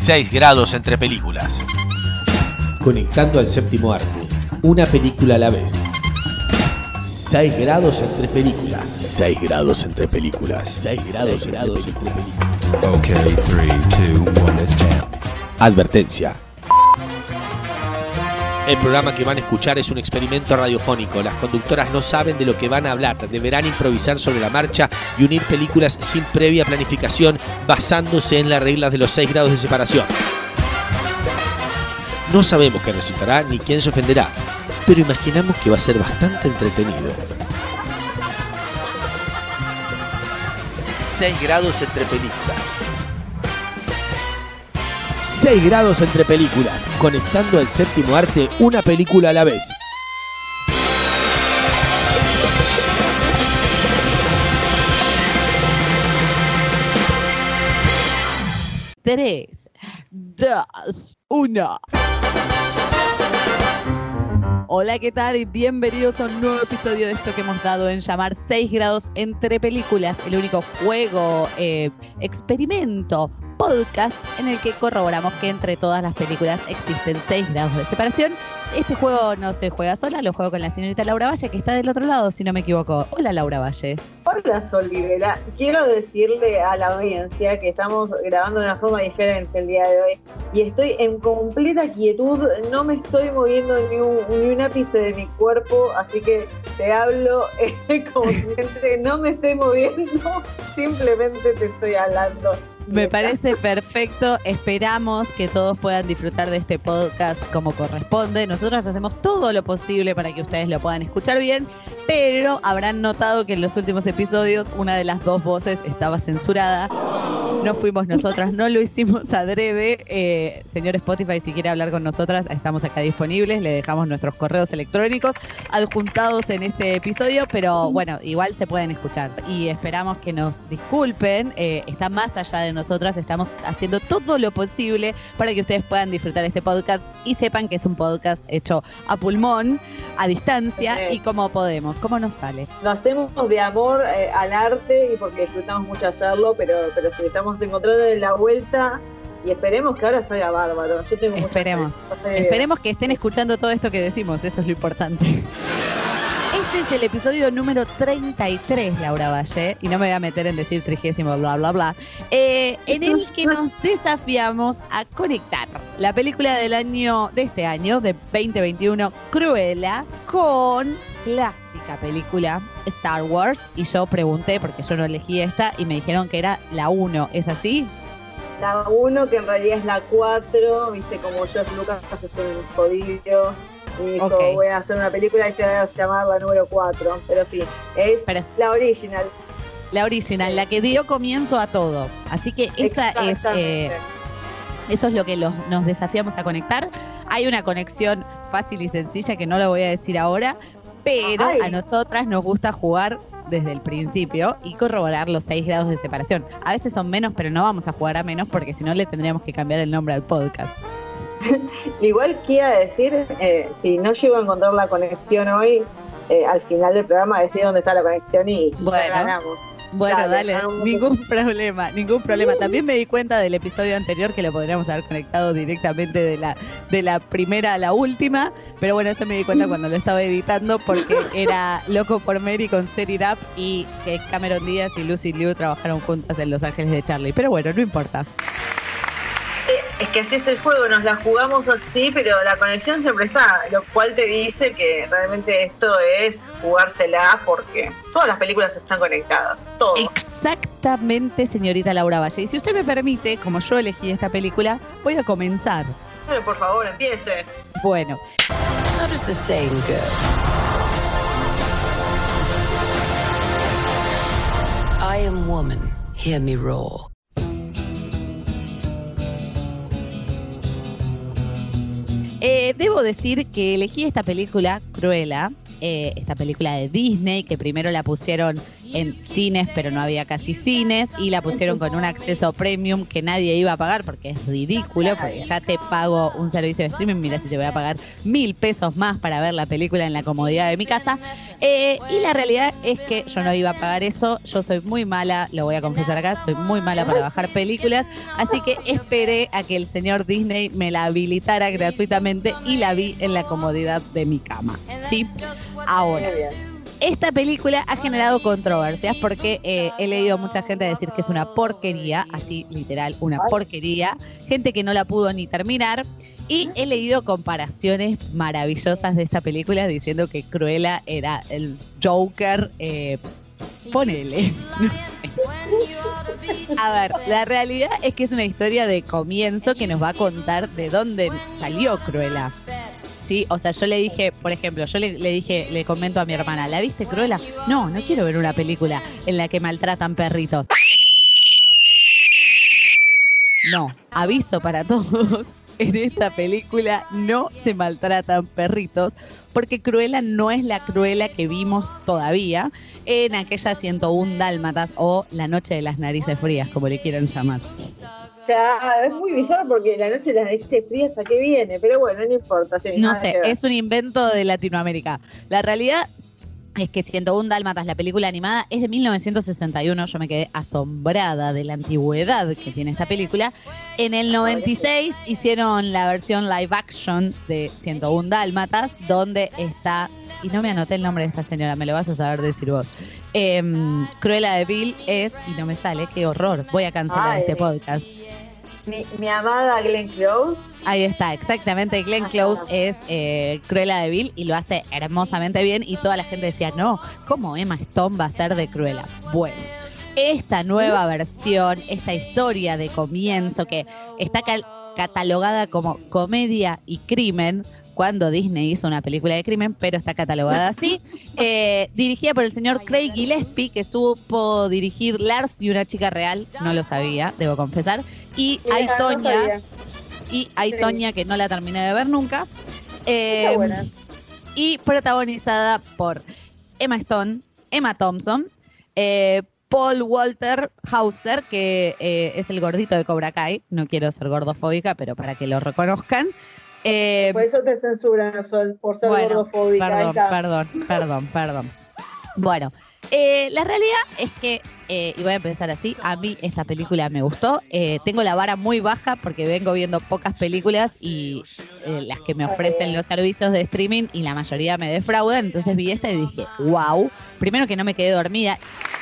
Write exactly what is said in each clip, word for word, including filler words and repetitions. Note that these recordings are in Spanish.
seis grados entre películas. Conectando al séptimo arte, una película a la vez. seis grados entre películas. seis grados entre películas. seis grados, grados entre películas. Ok, tres, dos, uno, let's jam. Advertencia. El programa que van a escuchar es un experimento radiofónico. Las conductoras no saben de lo que van a hablar. Deberán improvisar sobre la marcha y unir películas sin previa planificación, basándose en las reglas de los seis grados de separación. No sabemos qué resultará ni quién se ofenderá, pero imaginamos que va a ser bastante entretenido. seis grados entre películas. seis grados entre películas, conectando al séptimo arte, una película a la vez. tres, dos, uno. Hola, ¿qué tal? Y bienvenidos a un nuevo episodio de esto que hemos dado en llamar seis grados entre películas, el único juego, eh, experimento, podcast en el que corroboramos que entre todas las películas existen seis grados de separación. Este juego no se juega sola, lo juego con la señorita Laura Valle, que está del otro lado, si no me equivoco. Hola, Laura Valle. Hola, Sol Vivela. Quiero decirle a la audiencia que estamos grabando de una forma diferente el día de hoy y estoy en completa quietud, no me estoy moviendo ni un, ni un ápice de mi cuerpo, así que te hablo eh, como si no me esté moviendo, simplemente te estoy hablando. Me parece perfecto, esperamos que todos puedan disfrutar de este podcast como corresponde. Nosotros hacemos todo lo posible para que ustedes lo puedan escuchar bien, pero habrán notado que en los últimos episodios una de las dos voces estaba censurada. No fuimos nosotras, no lo hicimos adrede. Eh, señor Spotify, si quiere hablar con nosotras, estamos acá disponibles. Le dejamos nuestros correos electrónicos adjuntados en este episodio, pero bueno, igual se pueden escuchar. Y esperamos que nos disculpen, eh, está más allá de nosotras, estamos haciendo todo lo posible para que ustedes puedan disfrutar este podcast y sepan que es un podcast hecho a pulmón, a distancia, sí. Y como podemos, como nos sale. Lo hacemos de amor eh, al arte y porque disfrutamos mucho hacerlo, pero, pero si estamos encontrando en la vuelta y esperemos que ahora salga bárbaro. Yo tengo esperemos, esperemos que estén escuchando todo esto que decimos, eso es lo importante. Este es el episodio número treinta y tres, Laura Valle, y no me voy a meter en decir trigésimo, bla, bla, bla, eh, en el que nos desafiamos a conectar la película del año, de este año, de veinte veintiuno, Cruella, con clásica película Star Wars. Y yo pregunté, porque yo no elegí esta, y me dijeron que era la uno, ¿es así? La uno, que en realidad es la cuatro, viste, como George Lucas es un jodido. Y dijo, okay, voy a hacer una película y se va a llamar la número cuatro. Pero sí, es Pero, la original. La original, la que dio comienzo a todo. Así que esa es eh, eso es lo que los, nos desafiamos a conectar. Hay una conexión fácil y sencilla que no lo voy a decir ahora, pero Ay. a nosotras nos gusta jugar desde el principio y corroborar los seis grados de separación. A veces son menos, pero no vamos a jugar a menos porque si no le tendríamos que cambiar el nombre al podcast. Igual quiero decir, eh, si no llego a encontrar la conexión hoy, eh, al final del programa decir dónde está la conexión y bueno, ganamos. Bueno, dale, dale ningún problema, ningún problema. También me di cuenta del episodio anterior que lo podríamos haber conectado directamente de la, de la primera a la última, pero bueno, eso me di cuenta cuando lo estaba editando porque era Loco por Mary con Set It Up y que Cameron Díaz y Lucy Liu trabajaron juntas en Los Ángeles de Charlie, pero bueno, no importa. Es que así es el juego, nos la jugamos así, pero la conexión siempre está, lo cual te dice que realmente esto es jugársela porque todas las películas están conectadas, todo. Exactamente, señorita Laura Valle. Y si usted me permite, como yo elegí esta película, voy a comenzar. Pero por favor, empiece. Bueno. How does the saying go? I am woman, hear me roar. Eh, debo decir que elegí esta película, Cruella, eh, esta película de Disney, que primero la pusieron en cines, pero no había casi cines, y la pusieron con un acceso premium que nadie iba a pagar porque es ridículo, porque ya te pago un servicio de streaming, mira si te voy a pagar mil pesos más para ver la película en la comodidad de mi casa. Eh, y la realidad es que yo no iba a pagar eso, yo soy muy mala, lo voy a confesar acá, soy muy mala para bajar películas, así que esperé a que el señor Disney me la habilitara gratuitamente y la vi en la comodidad de mi cama, ¿sí? Ahora, esta película ha generado controversias porque eh, he leído a mucha gente decir que es una porquería, así literal, una porquería, gente que no la pudo ni terminar, y he leído comparaciones maravillosas de esta película diciendo que Cruella era el Joker, eh, ponele, no sé. A ver, la realidad es que es una historia de comienzo que nos va a contar de dónde salió Cruella. Sí, o sea, yo le dije, por ejemplo, yo le, le dije, le comento a mi hermana, ¿la viste Cruella? No, no quiero ver una película en la que maltratan perritos. No, aviso para todos, en esta película no se maltratan perritos, porque Cruella no es la Cruella que vimos todavía en aquella ciento uno Dálmatas o La Noche de las Narices Frías, como le quieran llamar. O sea, es muy bizarro porque la noche de las narices frías a qué viene, pero bueno, no importa. Sí, no sé, es un invento de Latinoamérica. La realidad es que ciento uno Dálmatas, la película animada, es de mil novecientos sesenta y uno. Yo me quedé asombrada de la antigüedad que tiene esta película. En el noventa y seis hicieron la versión live action de ciento uno Dálmatas, donde está, y no me anoté el nombre de esta señora, me lo vas a saber decir vos. Eh, Cruella de Vil es, y no me sale, qué horror, voy a cancelar Ay. este podcast. Mi, mi amada Glenn Close. Ahí está, exactamente. Glenn Close es eh, Cruella de Vil y lo hace hermosamente bien. Y toda la gente decía, no, ¿cómo Emma Stone va a ser de Cruella? Bueno, esta nueva versión, esta historia de comienzo que está cal- catalogada como comedia y crimen, cuando Disney hizo una película de crimen, pero está catalogada así, eh, dirigida por el señor Craig Gillespie, que supo dirigir Lars y una chica real, no lo sabía, debo confesar, y hay Tonya, y hay Tonya, que no la terminé de ver nunca, eh, y protagonizada por Emma Stone, Emma Thompson, eh, Paul Walter Hauser, que eh, es el gordito de Cobra Kai, no quiero ser gordofóbica, pero para que lo reconozcan. Eh, por eso te censuran, Sol, por ser bueno, gordofóbica. Perdón, perdón, perdón, perdón. Bueno, eh, la realidad es que, eh, y voy a empezar así, a mí esta película me gustó. Eh, tengo la vara muy baja porque vengo viendo pocas películas y eh, las que me ofrecen los servicios de streaming y la mayoría me defraudan. Entonces vi esta y dije, wow. Primero que no me quedé dormida.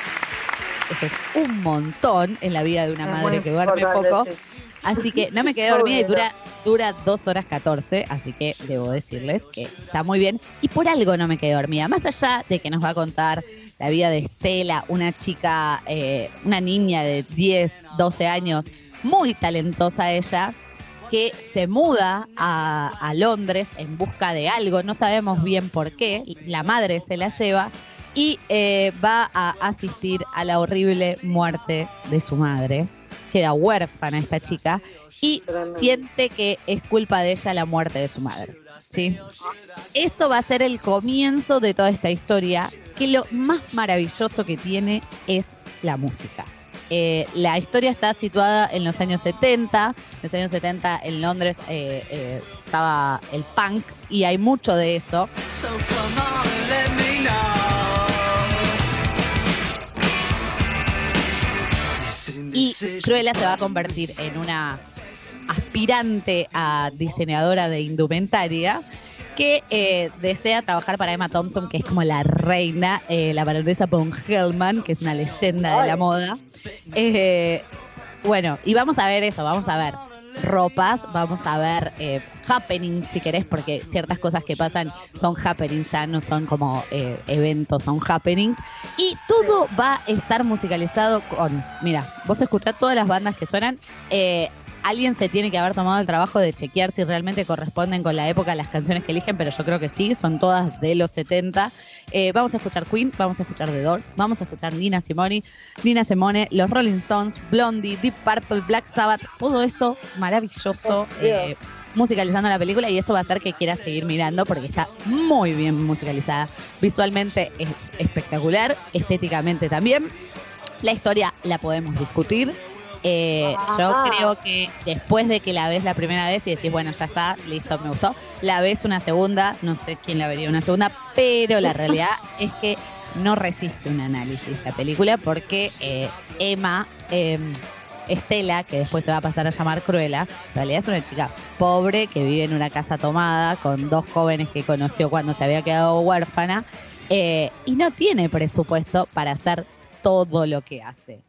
Eso es un montón en la vida de una madre que duerme poco. Sí. Así que no me quedé dormida y dura, dura dos horas catorce, así que debo decirles que está muy bien. Y por algo no me quedé dormida, más allá de que nos va a contar la vida de Stella, una chica, eh, una niña de diez, doce años, muy talentosa ella, que se muda a, a Londres en busca de algo, no sabemos bien por qué, la madre se la lleva y eh, va a asistir a la horrible muerte de su madre. Queda huérfana esta chica y siente que es culpa de ella la muerte de su madre, ¿sí? Eso va a ser el comienzo de toda esta historia, que lo más maravilloso que tiene es la música. Eh, la historia está situada en los años setenta. En los años setenta en Londres eh, eh, estaba el punk y hay mucho de eso. So come on and let me know. Y Cruella se va a convertir en una aspirante a diseñadora de indumentaria que eh, desea trabajar para Emma Thompson, que es como la reina, eh, la baronesa von Hellman, que es una leyenda de la moda. Eh, bueno, y vamos a ver eso, vamos a ver ropas, vamos a ver eh, happenings, si querés, porque ciertas cosas que pasan son happenings, ya no son como eh, eventos, son happenings. Y todo va a estar musicalizado con, mira, vos escuchás todas las bandas que suenan, eh, alguien se tiene que haber tomado el trabajo de chequear si realmente corresponden con la época las canciones que eligen, pero yo creo que sí, son todas de los setenta. Eh, vamos a escuchar Queen, vamos a escuchar The Doors, vamos a escuchar Nina Simone, Nina Simone, los Rolling Stones, Blondie, Deep Purple, Black Sabbath, todo eso maravilloso. Eh, musicalizando la película y eso va a hacer que quiera seguir mirando porque está muy bien musicalizada. Visualmente es espectacular, estéticamente también. La historia la podemos discutir. Eh, yo creo que después de que la ves la primera vez y decís, bueno, ya está, listo, me gustó, la ves una segunda, no sé quién la vería una segunda, pero la realidad es que no resiste un análisis la película porque eh, Emma, eh, Estela, que después se va a pasar a llamar Cruella, en realidad es una chica pobre que vive en una casa tomada con dos jóvenes que conoció cuando se había quedado huérfana eh, y no tiene presupuesto para hacer todo lo que hace.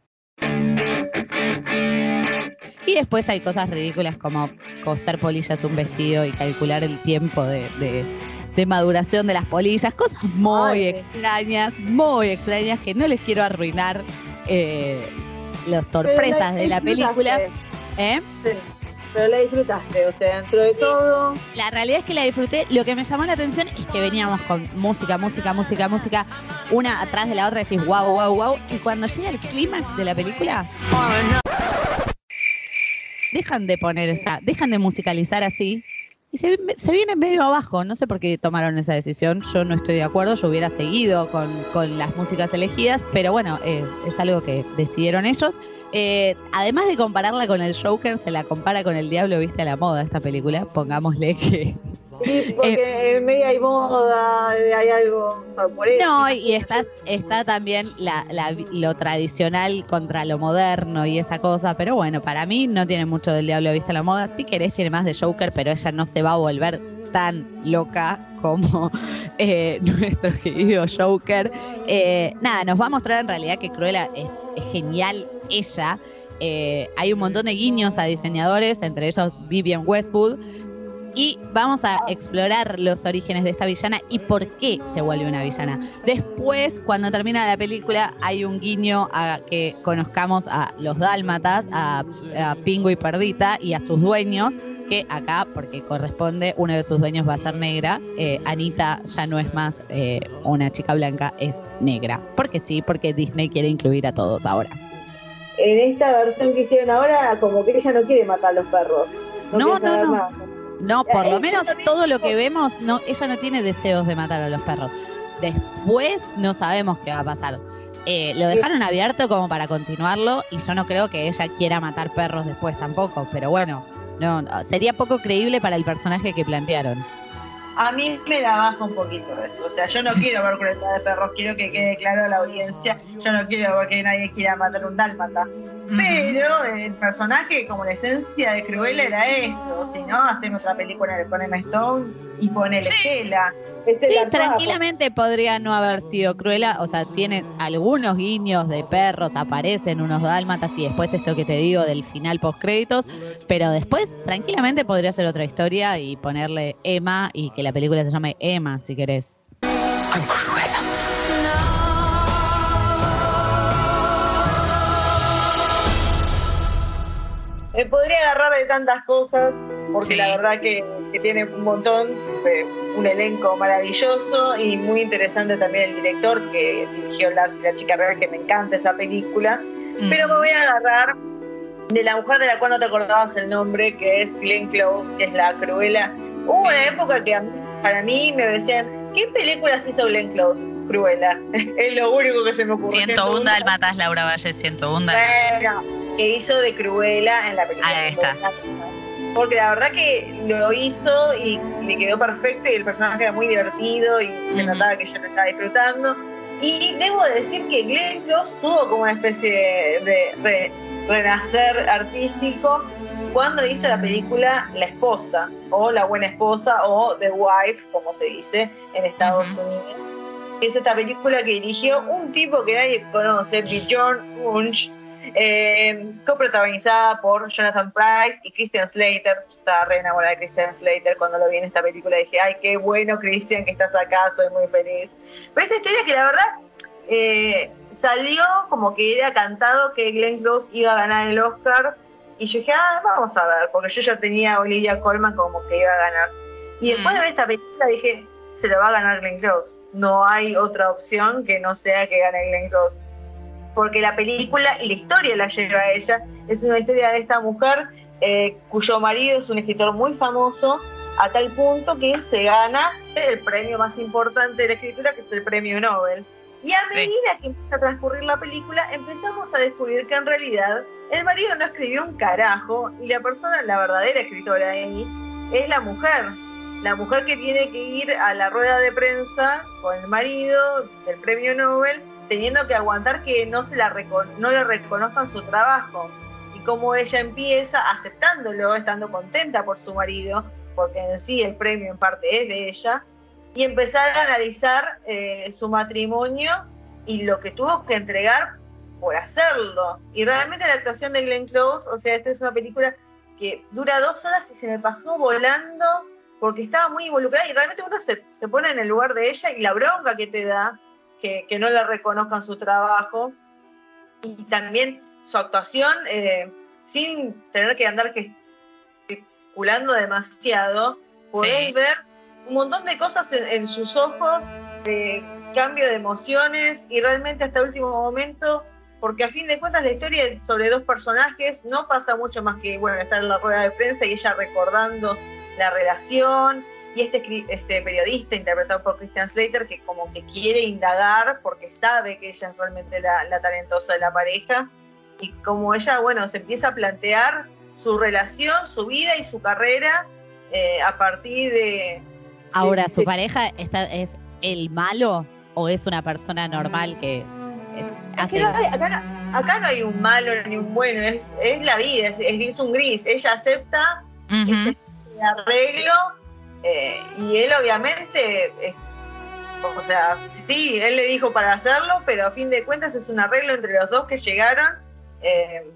Y después hay cosas ridículas como coser polillas un vestido y calcular el tiempo de, de, de maduración de las polillas. Cosas muy Ay. extrañas, muy extrañas que no les quiero arruinar eh, las sorpresas Pero de la película. ¿Eh? Sí, pero la disfrutaste, o sea, dentro de Sí. todo. La realidad es que la disfruté. Lo que me llamó la atención es que veníamos con música, música, música, música, una atrás de la otra, decís wow, wow, wow. Y cuando llega el clímax de la película, dejan de poner esa, dejan de musicalizar así y se, se viene medio abajo. No sé por qué tomaron esa decisión. Yo no estoy de acuerdo. Yo hubiera seguido con, con las músicas elegidas, pero bueno, eh, es algo que decidieron ellos. Eh, además de compararla con el Joker, se la compara con El Diablo Viste a la Moda esta película. Pongámosle que... Sí, porque en medio hay moda, hay algo por eso. No, y estás, está también la, la- lo tradicional contra lo moderno y esa cosa, pero bueno, para mí no tiene mucho del Diablo Viste a la Moda. Si querés tiene más de Joker, pero ella no se va a volver tan loca como eh, nuestro querido Joker. Eh, nada, nos va a mostrar en realidad que Cruella es, es genial ella. Eh, hay un montón de guiños a diseñadores, entre ellos Vivienne Westwood. Y vamos a explorar los orígenes de esta villana y por qué se vuelve una villana. Después, cuando termina la película, hay un guiño a que conozcamos a los dálmatas, a, a Pingo y Perdita y a sus dueños, que acá, porque corresponde, uno de sus dueños va a ser negra. Eh, Anita ya no es más eh, una chica blanca, es negra. Porque sí, porque Disney quiere incluir a todos ahora. En esta versión que hicieron ahora, como que ella no quiere matar a los perros. No, quiere no, saber no. nada. No, por lo Eh, menos eso mismo. todo lo que vemos, no, ella no tiene deseos de matar a los perros. Después no sabemos qué va a pasar. Eh, lo dejaron abierto como para continuarlo y yo no creo que ella quiera matar perros después tampoco, pero bueno, no, no, sería poco creíble para el personaje que plantearon. A mí me da baja un poquito eso. O sea, yo no quiero ver crueldad de perros, quiero que quede claro a la audiencia. Yo no quiero ver que nadie quiera matar un dálmata. Pero el personaje, como la esencia de Cruella, era eso. Si no, hacen otra película, le ponen a Stone y ponele Estela. Este Sí, la actuaba, tranquilamente podría no haber sido Cruella, o sea, tiene algunos guiños de perros, aparecen unos dálmatas y después esto que te digo del final post créditos, pero después tranquilamente podría ser otra historia y ponerle Emma y que la película se llame Emma si querés. Me podría agarrar de tantas cosas, porque Sí. la verdad que, que tiene un montón, eh, un elenco maravilloso y muy interesante también el director que dirigió Lars y la chica real, que me encanta esa película. Pero me voy a agarrar de la mujer de la cual no te acordabas el nombre, que es Glenn Close, que es la Cruella. Hubo una época que a mí, para mí me decían, ¿qué películas hizo Glenn Close? Cruella. Es lo único que se me ocurrió. ciento uno Dálmatas, Laura Valle, ciento uno Dálmatas. Bueno, que hizo de Cruella en la película. Ahí está. Porque la verdad que lo hizo y le quedó perfecto y el personaje era muy divertido y se Ujú. notaba que yo lo estaba disfrutando. Y debo decir que Glenn Close tuvo como una especie de, de re- renacer artístico cuando hizo la película La Esposa, o La Buena Esposa, o The Wife, como se dice en Estados Ujú. Unidos. Es esta película que dirigió un tipo que nadie conoce, Bjorn Munch, eh, coprotagonizada por Jonathan Pryce y Christian Slater. Yo estaba re enamorada de Christian Slater cuando lo vi en esta película. Dije, ay, qué bueno, Christian, que estás acá, soy muy feliz. Pero esta historia que la verdad eh, salió como que era cantado que Glenn Close iba a ganar el Oscar. Y yo dije, ah, vamos a ver, porque yo ya tenía a Olivia Colman como que iba a ganar. Y después de ver esta película dije, se lo va a ganar Glenn Close. No hay otra opción que no sea que gane Glenn Close. Porque la película y la historia la lleva a ella. Es una historia de esta mujer eh, cuyo marido es un escritor muy famoso, a tal punto que se gana el premio más importante de la escritura, que es el premio Nobel. Y a medida sí. que empieza a transcurrir la película, empezamos a descubrir que en realidad el marido no escribió un carajo, y la persona, la verdadera escritora ahí, es la mujer. La mujer que tiene que ir a la rueda de prensa con el marido del premio Nobel, teniendo que aguantar que no, se la reco- no le reconozcan su trabajo. Y cómo ella empieza aceptándolo, estando contenta por su marido, porque en sí el premio en parte es de ella, y empezar a analizar eh, su matrimonio y lo que tuvo que entregar por hacerlo. Y realmente la actuación de Glenn Close, o sea, esta es una película que dura dos horas y se me pasó volando porque estaba muy involucrada, y realmente uno se, se pone en el lugar de ella y la bronca que te da que, que no le reconozcan su trabajo, y también su actuación eh, sin tener que andar gesticulando demasiado, podés sí. ver un montón de cosas en, en sus ojos, eh, cambio de emociones, y realmente hasta el último momento, porque a fin de cuentas la historia sobre dos personajes no pasa mucho más que, bueno, estar en la rueda de prensa y ella recordando la relación, y este, este periodista interpretado por Christian Slater, que como que quiere indagar porque sabe que ella es realmente la, la talentosa de la pareja, y como ella, bueno, se empieza a plantear su relación, su vida y su carrera eh, a partir de... Ahora, ¿su pareja está, es el malo o es una persona normal que hace...? Es que no hay, acá, no, acá no hay un malo ni un bueno, es, es la vida, es, es un gris. Ella acepta uh-huh. este arreglo eh, y él obviamente, es, o sea, sí, él le dijo para hacerlo, pero a fin de cuentas es un arreglo entre los dos que llegaron eh,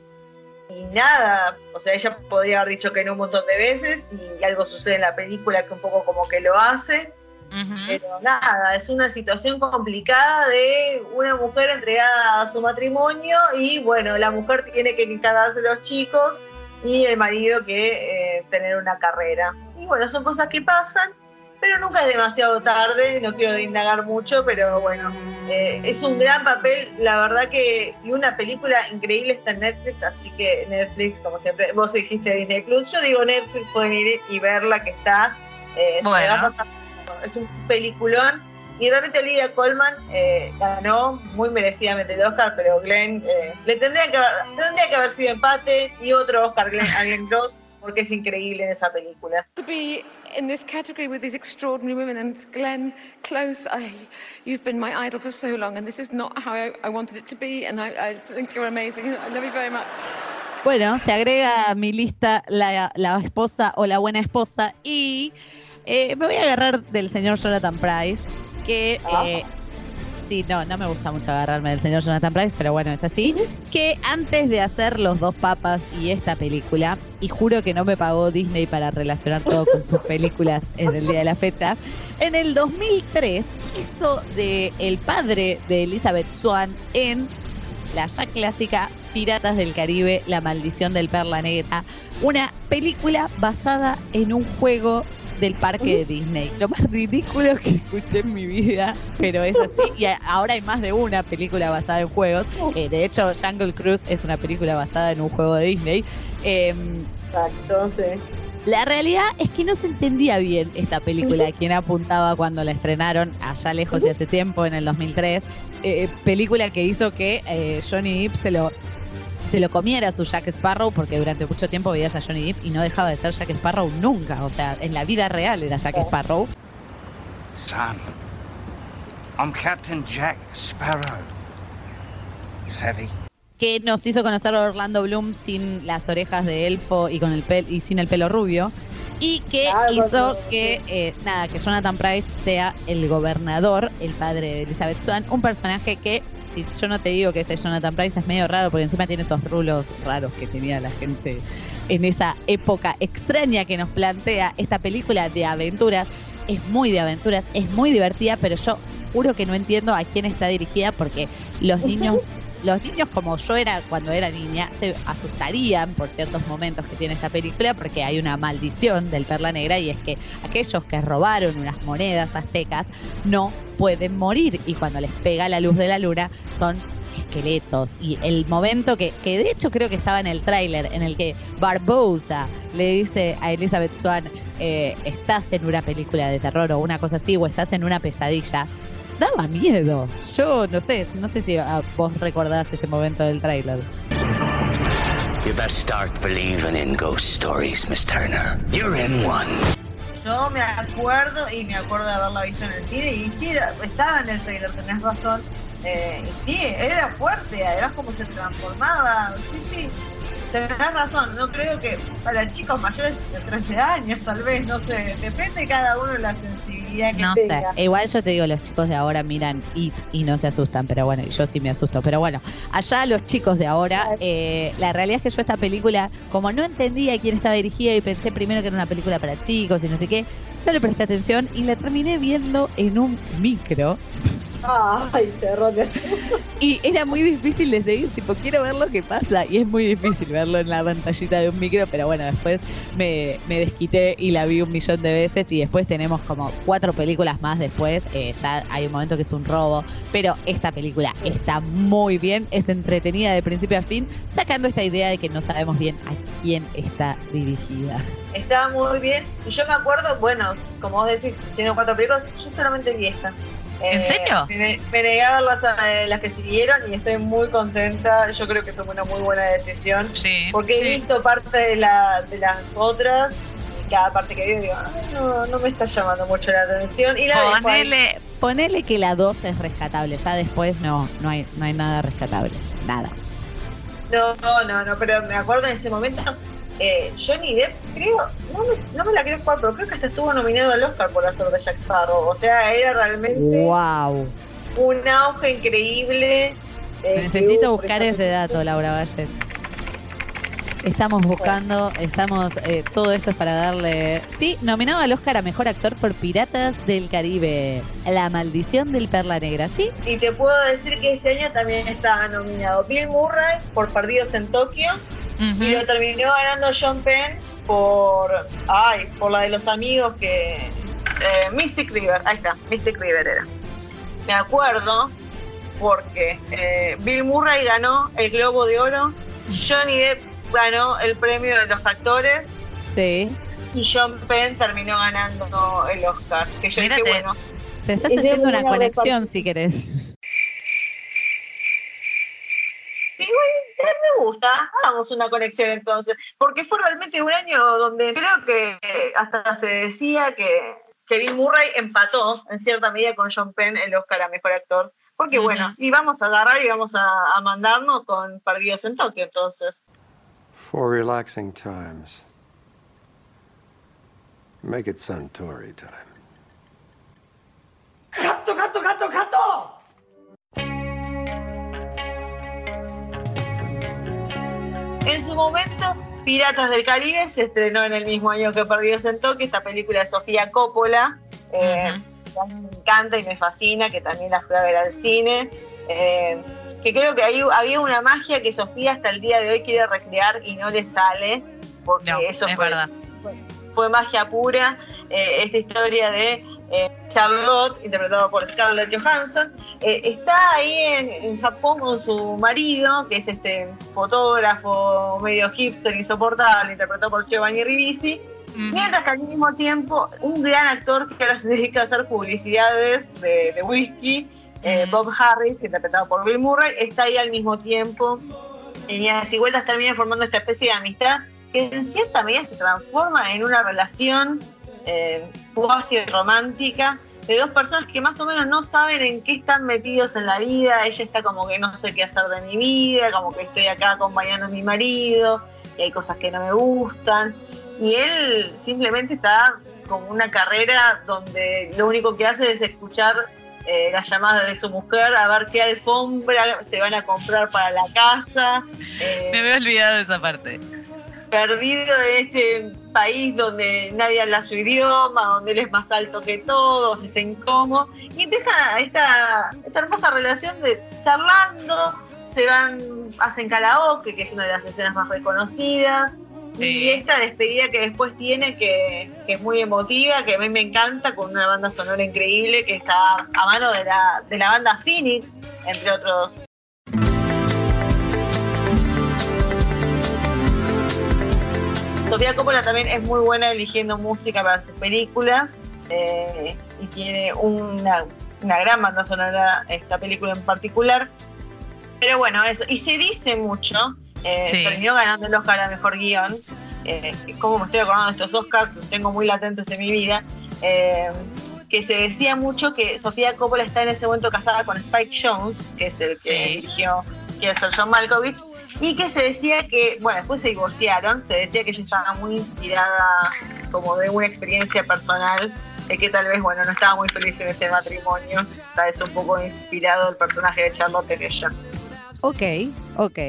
y nada, o sea, ella podría haber dicho que no un montón de veces, y algo sucede en la película que un poco como que lo hace, uh-huh. pero nada, es una situación complicada de una mujer entregada a su matrimonio, y bueno, la mujer tiene que encargarse de los chicos y el marido que eh, tener una carrera. Y bueno, son cosas que pasan, pero nunca es demasiado tarde, no quiero indagar mucho, pero bueno, eh, es un gran papel, la verdad que, y una película increíble está en Netflix, así que Netflix, como siempre, vos dijiste Disney Plus, yo digo Netflix, pueden ir y verla que está, eh, bueno. se va a pasar, es un peliculón, y realmente Olivia Colman eh, ganó muy merecidamente el Oscar, pero Glenn, eh, le tendría que, haber, tendría que haber sido empate, y otro Oscar Glenn, a Glenn Close, porque es increíble en esa película. To be in this category with these extraordinary women, and Glenn Close, I, you've been my idol for so long, and this is not how I, I wanted it to be, and I, I think you're amazing. I love you very much. Bueno, se agrega a mi lista la, la esposa o la buena esposa, y eh, me voy a agarrar del señor Jonathan Pryce, que... Eh, Sí, no, no me gusta mucho agarrarme del señor Jonathan Pryce, pero bueno, es así. Que antes de hacer Los Dos Papas y esta película, y juro que no me pagó Disney para relacionar todo con sus películas en el día de la fecha, en el dos mil tres hizo de el padre de Elizabeth Swann en la ya clásica Piratas del Caribe, La Maldición del Perla Negra, una película basada en un juego del parque de Disney. Lo más ridículo que escuché en mi vida, pero es así. Y ahora hay más de una película basada en juegos. Eh, de hecho, Jungle Cruise es una película basada en un juego de Disney. Eh, Exacto, sí. La realidad es que no se entendía bien esta película a quién apuntaba cuando la estrenaron allá lejos y hace tiempo, en el dos mil tres. Eh, película que hizo que eh, Johnny Depp se lo... se lo comiera su Jack Sparrow, porque durante mucho tiempo veías a Johnny Depp y no dejaba de ser Jack Sparrow nunca. O sea, en la vida real era Jack Sparrow. Son, I'm Captain Jack Sparrow. Savvy. Que nos hizo conocer a Orlando Bloom sin las orejas de elfo y con el pel y sin el pelo rubio. Y que ah, hizo no, que, eh, nada, que Jonathan Pryce sea el gobernador, el padre de Elizabeth Swann, un personaje que, si yo no te digo que ese Jonathan Pryce, es medio raro, porque encima tiene esos rulos raros que tenía la gente en esa época extraña que nos plantea esta película de aventuras. Es muy de aventuras, es muy divertida, pero yo juro que no entiendo a quién está dirigida, porque los niños... Los niños, como yo era cuando era niña, se asustarían por ciertos momentos que tiene esta película, porque hay una maldición del Perla Negra, y es que aquellos que robaron unas monedas aztecas no pueden morir, y cuando les pega la luz de la luna son esqueletos. Y el momento que, que de hecho creo que estaba en el tráiler, en el que Barbosa le dice a Elizabeth Swann, eh, estás en una película de terror o una cosa así, o estás en una pesadilla, daba miedo. Yo no sé, no sé si uh, vos recordás ese momento del tráiler. You best start believing in ghost stories, Miss Turner. You're in one. Yo me acuerdo, y me acuerdo de haberla visto en el cine, y sí, era, estaba en el trailer, tenés razón, eh, y sí, era fuerte, además como se transformaba, sí, sí, tenés razón, no creo que para chicos mayores de trece años, tal vez, no sé, depende de cada uno de la sensibilidad que no tenga. No sé, igual yo te digo, los chicos de ahora miran It y no se asustan, pero bueno, yo sí me asusto, pero bueno, allá los chicos de ahora, eh, la realidad es que yo esta película, como no entendía a quién estaba dirigida y pensé primero que era una película para chicos y no sé qué, no le presté atención y la terminé viendo en un micro. Ay, terror. Y era muy difícil de seguir, tipo, quiero ver lo que pasa. Y es muy difícil verlo en la pantallita de un micro, pero bueno, después me, me desquité y la vi un millón de veces. Y después tenemos como cuatro películas más después. Eh, ya hay un momento que es un robo. Pero esta película está muy bien, es entretenida de principio a fin, sacando esta idea de que no sabemos bien a quién está dirigida. Estaba muy bien. Y yo me acuerdo, bueno, como vos decís, siendo cuatro películas, yo solamente vi esta. ¿En eh, serio? Me, me negué a ver las, eh, las que siguieron y estoy muy contenta. Yo creo que tomé una muy buena decisión. Sí, porque sí. he visto parte de, la, de las otras y cada parte que veo digo, ay, no, no me está llamando mucho la atención. Y la ponele, ponele que la dos es rescatable, ya después no, no hay, no hay nada rescatable, nada. No, no, no, no, pero me acuerdo en ese momento. Eh, Johnny Depp, creo, no me, no me la quiero jugar, pero creo que hasta estuvo nominado al Oscar por hacer de Jack Sparrow. O sea, era realmente wow. un auge increíble. Eh, Necesito buscar ese dato, Laura Valle. Estamos buscando, estamos, eh, todo esto es para darle... Sí, nominado al Oscar a Mejor Actor por Piratas del Caribe, La Maldición del Perla Negra, ¿sí? Y te puedo decir que ese año también estaba nominado Bill Murray por Perdidos en Tokio. Uh-huh. Y lo terminó ganando Sean Penn por ay, por la de los amigos que eh, Mystic River, ahí está, Mystic River era. Me acuerdo porque eh, Bill Murray ganó el Globo de Oro, Johnny Depp ganó el premio de los actores. Sí. Y Sean Penn terminó ganando el Oscar. Que yo Mírate, dije, bueno, te estás haciendo una conexión si querés. Me gusta, hagamos una conexión entonces, porque fue realmente un año donde creo que hasta se decía que, que Bill Murray empató en cierta medida con Sean Penn el Oscar a Mejor Actor, porque uh-huh. bueno, íbamos a agarrar y vamos a, a mandarnos con Perdidos en Tokio entonces. For relaxing times, make it Suntory time. ¡Gato, gato, gato, gato! En su momento, Piratas del Caribe se estrenó en el mismo año que Perdidos en Tokio, esta película de Sofía Coppola, eh, uh-huh. que me encanta y me fascina, que también la fui a ver al cine, eh, que creo que ahí había una magia que Sofía hasta el día de hoy quiere recrear y no le sale, porque no, eso es fue, verdad. Fue, fue magia pura, eh, esta historia de eh, Charlotte, interpretada por Scarlett Johansson, eh, está ahí en, en Japón con su marido, que es este fotógrafo medio hipster insoportable, interpretado por Giovanni Ribisi, uh-huh. mientras que al mismo tiempo un gran actor que ahora se dedica a hacer publicidades de, de whisky, uh-huh. eh, Bob Harris, interpretado por Bill Murray, está ahí al mismo tiempo, y a y vueltas termina formando esta especie de amistad que en cierta medida se transforma en una relación Eh, cuasi romántica de dos personas que más o menos no saben en qué están metidos en la vida. Ella está como que no sé qué hacer de mi vida, como que estoy acá acompañando a mi marido y hay cosas que no me gustan, y él simplemente está con una carrera donde lo único que hace es escuchar eh, las llamadas de su mujer a ver qué alfombra se van a comprar para la casa. eh, me había olvidado de esa parte. Perdido en este país donde nadie habla su idioma, donde él es más alto que todos, está incómodo, y empieza esta, esta hermosa relación de charlando, se van, hacen karaoke, que es una de las escenas más reconocidas, sí. Y esta despedida que después tiene, que, que es muy emotiva, que a mí me encanta, con una banda sonora increíble, que está a mano de la, de la banda Phoenix, entre otros. Sofía Coppola también es muy buena eligiendo música para sus películas eh, y tiene una, una gran banda sonora esta película en particular. Pero bueno, eso. Y se dice mucho, eh, sí. terminó ganando el Oscar a Mejor Guión. Eh, como me estoy acordando de estos Oscars, los tengo muy latentes en mi vida. Eh, que se decía mucho que Sofía Coppola está en ese momento casada con Spike Jonze, que es el que sí. dirigió que es el John Malkovich, y que se decía que, bueno, después se divorciaron, se decía que ella estaba muy inspirada como de una experiencia personal, de que tal vez, bueno, no estaba muy feliz en ese matrimonio, tal vez un poco inspirado el personaje de Charlotte en ella. Ok, ok.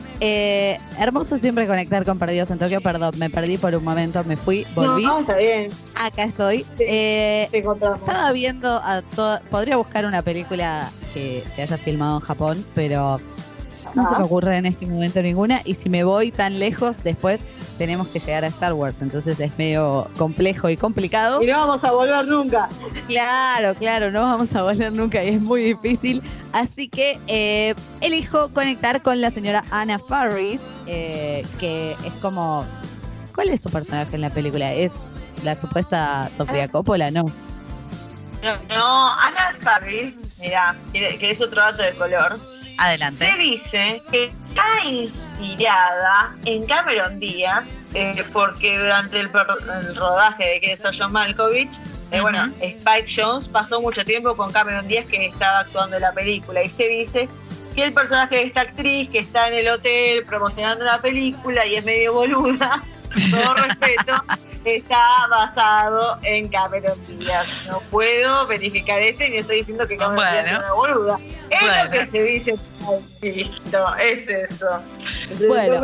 Eh, hermoso siempre conectar con Perdidos en Tokio. Perdón, me perdí por un momento, me fui, volví. No, está bien. Acá estoy. Sí, eh, te encontramos. Estaba viendo a toda. Podría buscar una película que se haya filmado en Japón, pero no Ajá. se me ocurre en este momento ninguna. Y si me voy tan lejos, después tenemos que llegar a Star Wars. Entonces es medio complejo y complicado. Y no vamos a volver nunca. Claro, claro, no vamos a volver nunca y es muy difícil. Así que eh, elijo conectar con la señora Anna Faris, eh, que es como... ¿Cuál es su personaje en la película? ¿Es la supuesta Sofía Coppola? No. No, no Anna Faris, mirá, ¿querés otro dato de color? Adelante. Se dice que está inspirada en Cameron Díaz, eh, porque durante el, el rodaje de que es John Malkovich, eh, uh-huh. bueno, Spike Jonze pasó mucho tiempo con Cameron Díaz, que estaba actuando en la película, y se dice que el personaje de esta actriz que está en el hotel promocionando una película y es medio boluda, con todo respeto, está basado en Cameron Díaz. No puedo verificar esto y no estoy diciendo que Cameron bueno. Díaz es una boluda. Es bueno. lo que se dice. Listo, es eso. Bueno,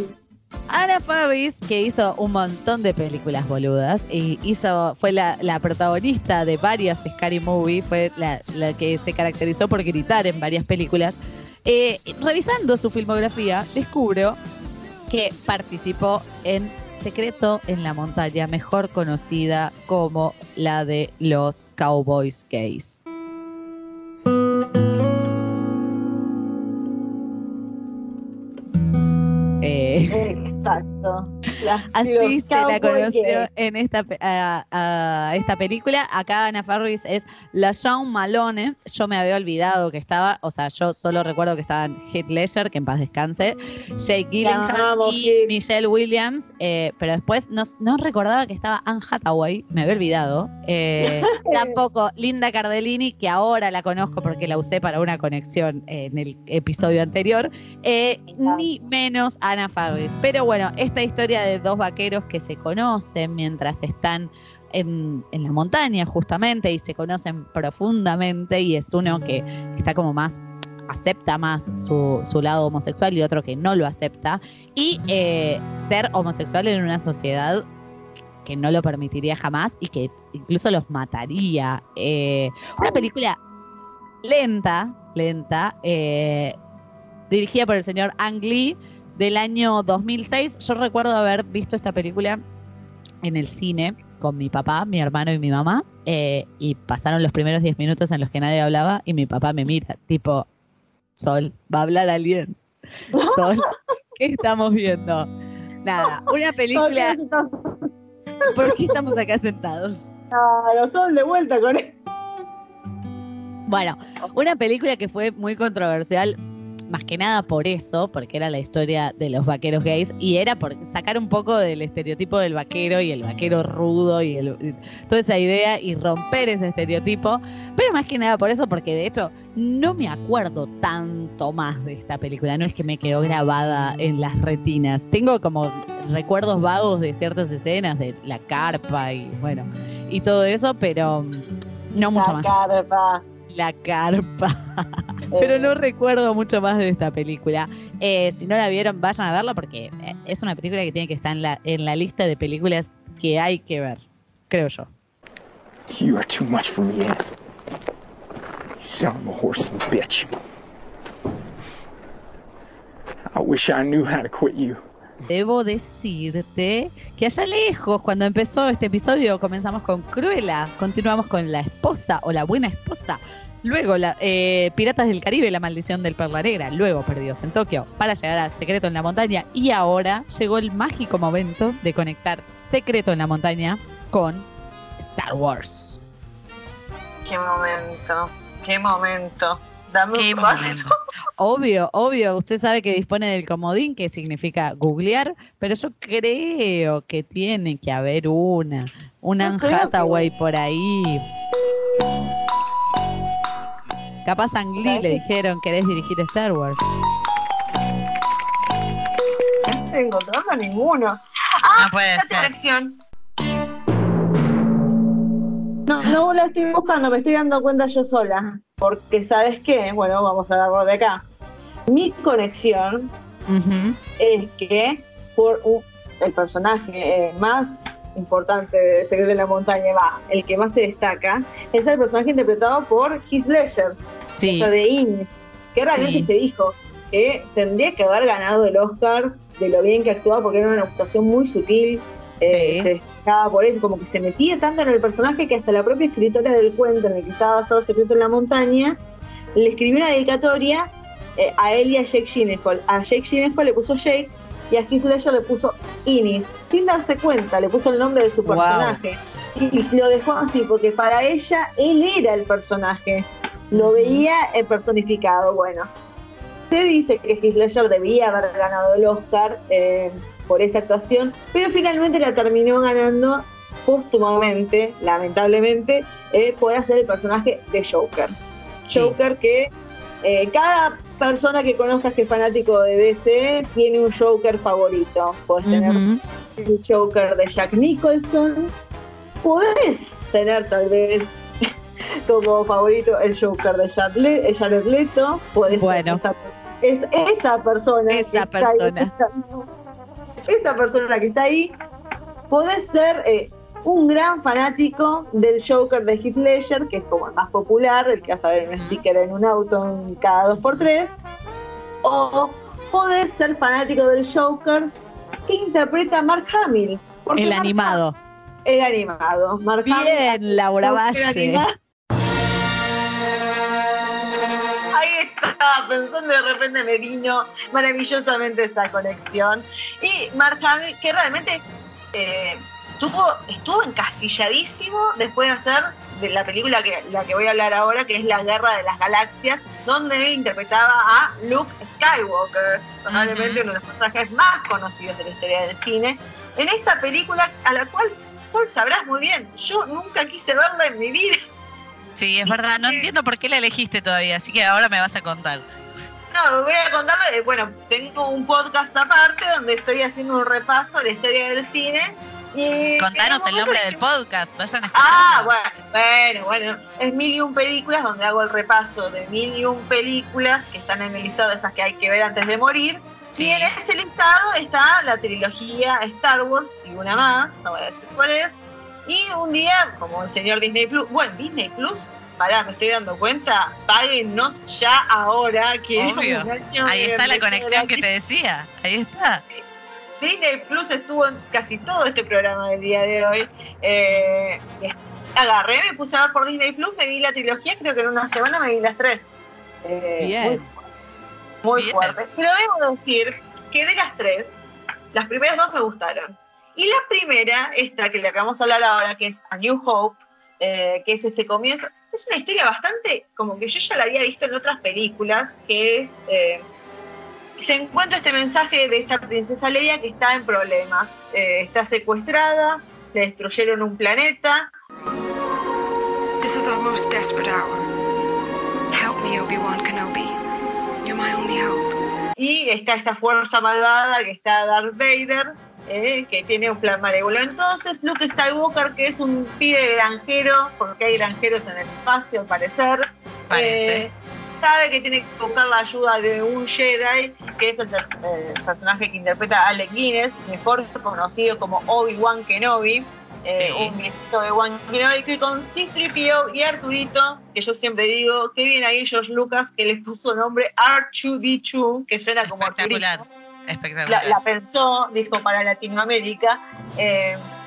Anna Faris, que hizo un montón de películas boludas y hizo, fue la, la protagonista de varias Scary Movie, fue la, la que se caracterizó por gritar en varias películas. Eh, revisando su filmografía, descubro que participó en Secreto en la Montaña, mejor conocida como la de los Cowboys Gays. Eh, Exacto. Así se la conoció en esta, a, a esta película. Acá Anna Faris es la Shawn Malone. Yo me había olvidado que estaba, o sea, yo solo recuerdo que estaban Heath Ledger, que en paz descanse, Jake Gyllenhaal Vamos, y sí. Michelle Williams, eh, pero después no, no recordaba que estaba Anne Hathaway, me había olvidado. Eh, tampoco Linda Cardellini, que ahora la conozco porque la usé para una conexión en el episodio anterior, eh, ni menos Anna Faris. Pero bueno, esta historia de dos vaqueros que se conocen mientras están en, en la montaña justamente y se conocen profundamente, y es uno que está como más, acepta más su, su lado homosexual y otro que no lo acepta, y eh, ser homosexual en una sociedad que no lo permitiría jamás y que incluso los mataría. Eh, una película lenta, lenta, eh, dirigida por el señor Ang Lee, del año dos mil seis. Yo recuerdo haber visto esta película en el cine con mi papá, mi hermano y mi mamá, eh, y pasaron los primeros diez minutos en los que nadie hablaba y mi papá me mira, tipo, Sol, ¿va a hablar alguien? Sol, ¿qué estamos viendo? Nada, una película... ¿Por qué estamos acá sentados? Ah, los Sol de vuelta con él. Bueno, una película que fue muy controversial, más que nada por eso, porque era la historia de los vaqueros gays y era por sacar un poco del estereotipo del vaquero y el vaquero rudo y, el, y toda esa idea y romper ese estereotipo, pero más que nada por eso, porque de hecho no me acuerdo tanto más de esta película, no es que me quedó grabada en las retinas, tengo como recuerdos vagos de ciertas escenas de la carpa y bueno, y todo eso, pero no mucho la más. Carpa. La carpa. Pero no recuerdo mucho más de esta película. Eh, si no la vieron, vayan a verla porque es una película que tiene que estar en la, en la lista de películas que hay que ver, creo yo. You are too much for me, ass. You son of a horse and bitch. I wish I knew how to quit you. Debo decirte que allá lejos, cuando empezó este episodio, comenzamos con Cruella, continuamos con La Esposa o La Buena Esposa. Luego, la, eh, Piratas del Caribe, La Maldición del Perla Negra. Luego, Perdidos en Tokio, para llegar a Secreto en la Montaña. Y ahora llegó el mágico momento de conectar Secreto en la Montaña con Star Wars. Qué momento, qué momento. Dame Qué un momento. Obvio, obvio. Usted sabe que dispone del comodín, que significa googlear, pero yo creo que tiene que haber una. Una Anne Hathaway por ahí. Capaz Ang Lee le dijeron, ¿querés dirigir Star Wars? No estoy encontrando ninguno. Ah, no puede esta ser. conexión. No, no la estoy buscando, me estoy dando cuenta yo sola. Porque, ¿sabes qué? Bueno, vamos a agarrar de acá. Mi conexión uh-huh. es que por un, el personaje eh, más importante de Secreto en la Montaña, va, el que más se destaca, es el personaje interpretado por Heath Ledger, sí. o sea, de Innis, que realmente sí. se dijo que tendría que haber ganado el Oscar de lo bien que actuaba, porque era una actuación muy sutil. Eh, sí. se destacaba por eso, como que se metía tanto en el personaje que hasta la propia escritora del cuento en el que estaba basado Secreto en la Montaña le escribió una dedicatoria eh, a él y a Jake Gyllenhaal. A Jake Gyllenhaal le puso Jake y a Heath Ledger le puso Innis, sin darse cuenta, le puso el nombre de su personaje. Wow. Y lo dejó así, porque para ella él era el personaje, lo veía eh, personificado. Bueno, se dice que Heath Ledger debía haber ganado el Oscar eh, por esa actuación, pero finalmente la terminó ganando póstumamente, lamentablemente, eh, por hacer el personaje de Joker. Sí. Joker que eh, cada persona que conozcas que es fanático de D C tiene un Joker favorito. Podés uh-huh. tener el Joker de Jack Nicholson, podés tener tal vez como favorito el Joker de Jared Leto, podés bueno. ser esa, es esa persona esa persona ahí, esa, esa persona que está ahí, podés ser eh, un gran fanático del Joker de Heath Ledger, que es como el más popular, el que vas a ver un sticker en un auto en cada dos por tres, o podés ser fanático del Joker que interpreta Mark Hamill. El Mark animado. Hamill, el animado. Mark Bien, Hamill, Laura Valle. Ahí estaba pensando, de repente me vino maravillosamente esta conexión. Y Mark Hamill, que realmente... Eh, Tuvo, estuvo encasilladísimo después de hacer de la película que la que voy a hablar ahora, que es La Guerra de las Galaxias, donde él interpretaba a Luke Skywalker, probablemente uh-huh. uno de los personajes más conocidos de la historia del cine. En esta película, a la cual, Sol, sabrás muy bien, yo nunca quise verla en mi vida. Sí, es verdad, no entiendo por qué la elegiste todavía, así que ahora me vas a contar. No, voy a contarle, bueno, tengo un podcast aparte donde estoy haciendo un repaso de la historia del cine. Y contanos el nombre del podcast, vayan a Ah, bueno, bueno, bueno, es Mil y Un Películas, donde hago el repaso de Mil y Un Películas que están en el listado de esas que hay que ver antes de morir. Sí. Y en ese listado está la trilogía Star Wars y una más, no voy a decir cuál es. Y un día, como el señor Disney Plus, bueno, Disney Plus, pará, me estoy dando cuenta, páguennos ya ahora. Que obvio, ahí está la conexión que te decía, ahí está. Disney Plus estuvo en casi todo este programa del día de hoy. Eh, agarré, me puse a ver por Disney Plus, me vi la trilogía, creo que en una semana me vi las tres. Eh, Bien. Muy, muy Bien. fuerte. Pero debo decir que de las tres, las primeras dos me gustaron. Y la primera, esta que le acabamos de hablar ahora, que es A New Hope, eh, que es este comienzo, es una historia bastante, como que yo ya la había visto en otras películas, que es... Eh, se encuentra este mensaje de esta princesa Leia que está en problemas. Eh, está secuestrada, le destruyeron un planeta. This is our most desperate hour. Help me, Obi-Wan Kenobi. You're my only hope. Y está esta fuerza malvada que está Darth Vader, eh, que tiene un plan malévolo. Entonces Luke Skywalker, que es un pibe granjero, porque hay granjeros en el espacio al parecer, Parece. Eh, sabe que tiene que buscar la ayuda de un Jedi, que es el, el personaje que interpreta Alec Guinness, mejor conocido como Obi-Wan Kenobi, eh, sí. un viejito de Obi-Wan Kenobi, que con C tres P O y Arturito, que yo siempre digo, qué bien ahí George Lucas, que le puso nombre R dos D dos, que suena como espectacular, Arturito. Espectacular. La, la pensó, dijo, para Latinoamérica. Eh,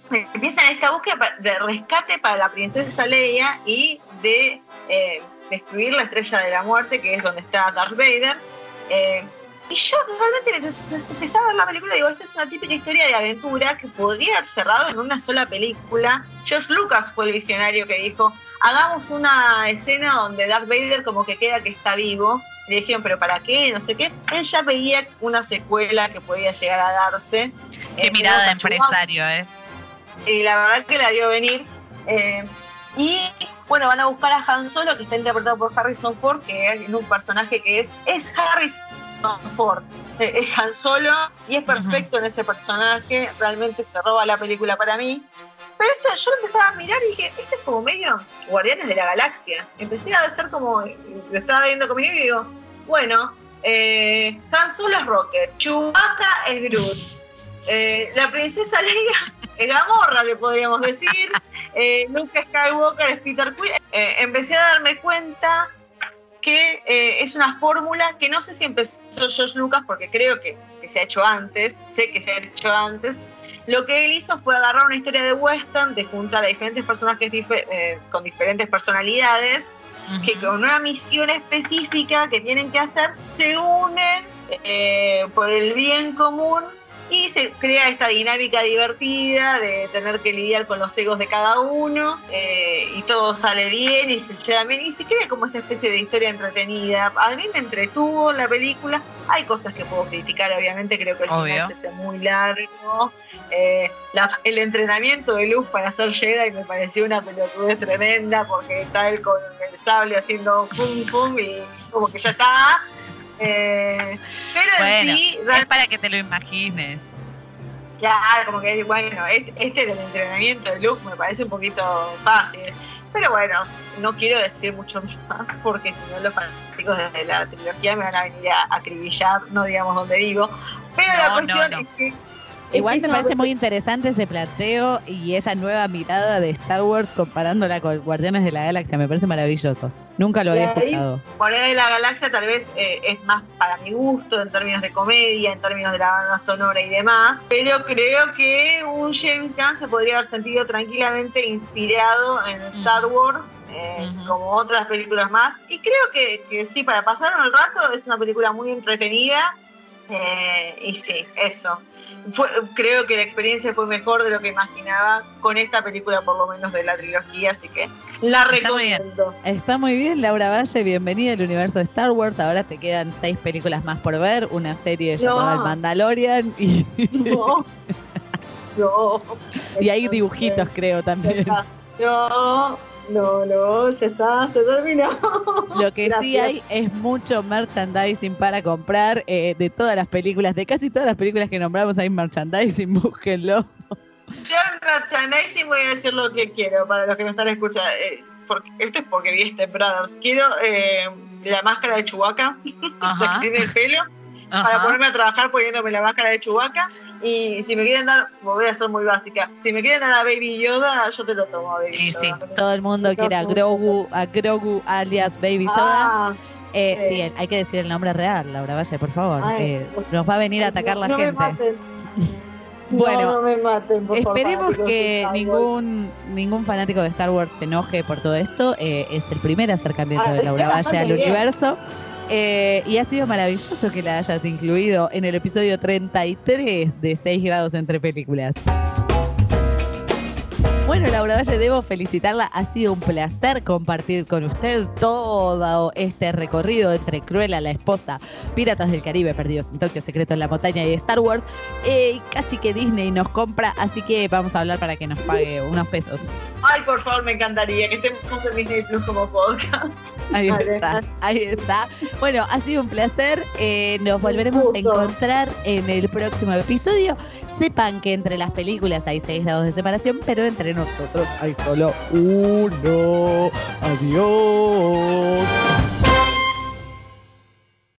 empiezan esta búsqueda de rescate para la princesa Leia y de eh, destruir la Estrella de la Muerte, que es donde está Darth Vader. Eh, y yo realmente me empecé a ver la película y digo, esta es una típica historia de aventura que podría haber cerrado en una sola película. George Lucas fue el visionario que dijo, hagamos una escena donde Darth Vader como que queda que está vivo. Le dijeron, ¿pero para qué? No sé qué. Él ya veía una secuela que podía llegar a darse. Qué eh, mirada de empresario, ¿eh? Y la verdad que la vio venir. Eh, y bueno, van a buscar a Han Solo, que está interpretado por Harrison Ford, que es un personaje que es, es Harrison Ford. Eh, es Han Solo y es perfecto uh-huh. en ese personaje. Realmente se roba la película para mí. Pero esta, yo lo empezaba a mirar y dije, este es como medio Guardianes de la Galaxia. Empecé a hacer como, lo estaba viendo con mi niño y digo, bueno, eh, Han Solo es Rocket, Chewbacca es Groot, eh, la princesa Leia es Gamorra, le podríamos decir, eh, Luke Skywalker es Peter Quill. Eh, empecé a darme cuenta que eh, es una fórmula que no sé si empezó George Lucas, porque creo que, que se ha hecho antes, sé que se ha hecho antes. Lo que él hizo fue agarrar una historia de western, de juntar a diferentes personajes dif- eh, con diferentes personalidades, uh-huh. que con una misión específica que tienen que hacer, se unen eh, por el bien común y se crea esta dinámica divertida de tener que lidiar con los egos de cada uno, eh, y todo sale bien y se lleva bien y se crea como esta especie de historia entretenida. A mí me entretuvo la película. Hay cosas que puedo criticar, obviamente, creo que el final se hace muy largo. Eh, la, el entrenamiento de Luke para ser Jedi me pareció una pelotudez tremenda, porque está él con el sable haciendo pum pum y como que ya está. Eh, pero bueno, en sí, es para que te lo imagines. Claro, como que bueno, este, este del entrenamiento de Luke me parece un poquito fácil. Pero bueno, no quiero decir mucho más, porque si no los fanáticos de la trilogía me van a venir a acribillar, no digamos dónde vivo. Pero no, la cuestión no, no. es que igual me parece muy interesante ese planteo y esa nueva mirada de Star Wars comparándola con Guardianes de la Galaxia. Me parece maravilloso. Nunca lo había escuchado. Guardianes de la Galaxia tal vez eh, es más para mi gusto en términos de comedia, en términos de la banda sonora y demás. Pero creo que un James Gunn se podría haber sentido tranquilamente inspirado en uh-huh. Star Wars, eh, uh-huh. como otras películas más. Y creo que, que sí, para pasar un rato es una película muy entretenida. Eh, y sí, eso. Fue, creo que la experiencia fue mejor de lo que imaginaba con esta película, por lo menos de la trilogía, así que la recomiendo. Está muy bien, Está muy bien Laura Valle, bienvenida al universo de Star Wars. Ahora te quedan seis películas más por ver, una serie no. llamada El Mandalorian y no, no. y hay dibujitos, creo, también. No, no, no, ya está, se terminó. Lo que Gracias. sí hay es mucho merchandising para comprar, eh, de todas las películas, de casi todas las películas que nombramos hay merchandising, búsquenlo. Yo en merchandising voy a decir lo que quiero para los que me están escuchando. Eh, porque, esto es porque vi Step Brothers. Quiero eh, la máscara de Chewbacca, la que tiene el pelo, Ajá. para ponerme a trabajar poniéndome la máscara de Chewbacca. Y si me quieren dar, voy a ser muy básica, si me quieren dar a Baby Yoda, yo te lo tomo a Baby y Yoda. Sí, todo el mundo quiere a Grogu, a Grogu alias Baby Yoda. Ah, eh, sí. sí, hay que decir el nombre real, Laura Valle, por favor. Ay, eh, nos va a venir a atacar no, la no gente. Me maten. Bueno, no, no me maten, por esperemos favor, que ningún ningún fanático de Star Wars se enoje por todo esto. Eh, es el primer acercamiento ah, de Laura Valle al bien. universo. Eh, y ha sido maravilloso que la hayas incluido en el episodio treinta y tres de seis grados entre películas. Bueno, Laura Valle, debo felicitarla. Ha sido un placer compartir con usted todo este recorrido entre Cruella, la esposa, Piratas del Caribe, Perdidos en Tokio, Secreto en la Montaña y Star Wars. Eh, casi que Disney nos compra, así que vamos a hablar para que nos pague unos pesos. Ay, por favor, me encantaría que estemos en Disney Plus como podcast. Ahí está, ahí está. Bueno, ha sido un placer. Eh, nos volveremos a encontrar en el próximo episodio. Sepan que entre las películas hay seis grados de separación, pero entre nosotros hay solo uno. Adiós.